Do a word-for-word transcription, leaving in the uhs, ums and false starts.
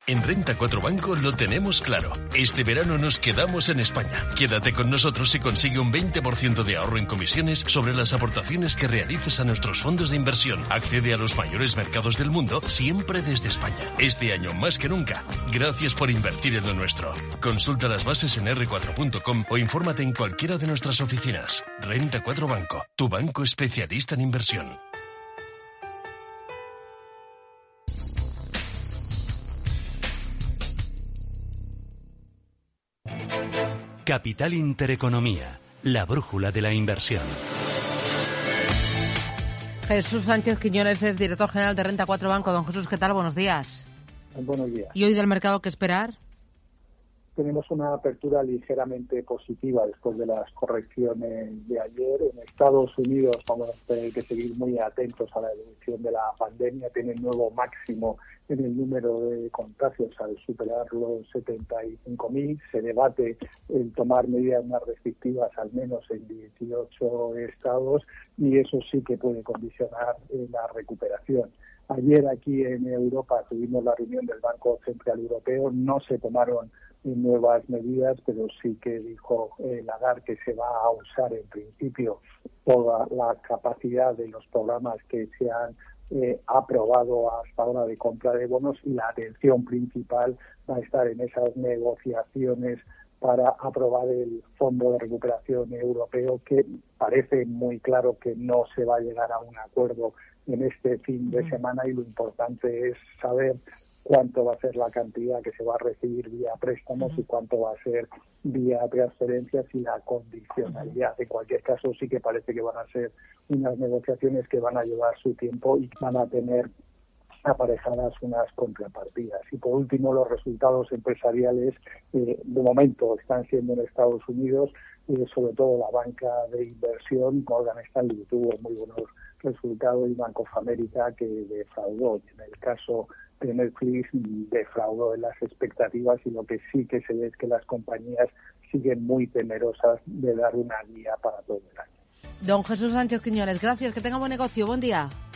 En Renta cuatro Banco lo tenemos claro. Este verano nos quedamos en España. Quédate con nosotros y consigue un veinte por ciento de ahorro en comisiones sobre las aportaciones que realices a nuestros fondos de inversión. Accede a los mayores mercados del mundo, siempre desde España. Este año más que nunca, gracias por invertir en lo nuestro. Consulta las bases en erre cuatro punto com o infórmate en cualquiera de nuestras oficinas. Renta cuatro Banco, tu banco especialista en inversión. Capital Intereconomía, la brújula de la inversión. Jesús Sánchez Quiñones es director general de Renta cuatro Banco. Don Jesús, ¿qué tal? Buenos días. Buenos días. ¿Y hoy del mercado qué esperar? Tenemos una apertura ligeramente positiva después de las correcciones de ayer. En Estados Unidos vamos a tener que seguir muy atentos a la evolución de la pandemia. Tiene un nuevo máximo en el número de contagios al superar los setenta y cinco mil. Se debate el tomar medidas más restrictivas al menos en dieciocho estados y eso sí que puede condicionar eh, la recuperación. Ayer aquí en Europa tuvimos la reunión del Banco Central Europeo. No se tomaron nuevas medidas, pero sí que dijo eh, Lagarde que se va a usar en principio toda la capacidad de los programas que se han eh, aprobado hasta ahora de compra de bonos, y la atención principal va a estar en esas negociaciones para aprobar el Fondo de Recuperación Europeo, que parece muy claro que no se va a llegar a un acuerdo en este fin de semana, y lo importante es saber cuánto va a ser la cantidad que se va a recibir vía préstamos y cuánto va a ser vía transferencias y la condicionalidad. En cualquier caso, sí que parece que van a ser unas negociaciones que van a llevar su tiempo y van a tener aparejadas unas contrapartidas. Y por último, los resultados empresariales eh, de momento están siendo en Estados Unidos, eh, sobre todo la banca de inversión. Morgan Stanley tuvo muy buenos resultados y Bank of America que defraudó. En el caso de Netflix defraudó en las expectativas, y lo que sí que se ve es que las compañías siguen muy temerosas de dar una guía para todo el año. Don Jesús Sánchez Quiñones, gracias, que tenga buen negocio, buen día.